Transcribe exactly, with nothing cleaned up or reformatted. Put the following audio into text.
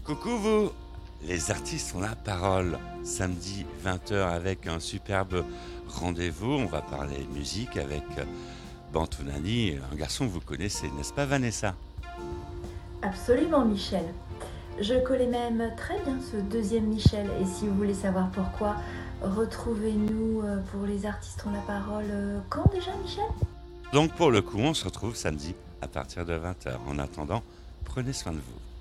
Coucou vous, les artistes ont la parole. Samedi vingt heures avec un superbe rendez-vous. On va parler musique avec Bantounani, un garçon que vous connaissez, n'est-ce pas Vanessa? Absolument, Michel. Je connais même très bien ce deuxième Michel. Et si vous voulez savoir pourquoi, retrouvez-nous euh, pour les artistes ont la parole. euh, Quand déjà, Michel? Donc pour le coup, on se retrouve samedi à partir de vingt heures. En attendant, prenez soin de vous.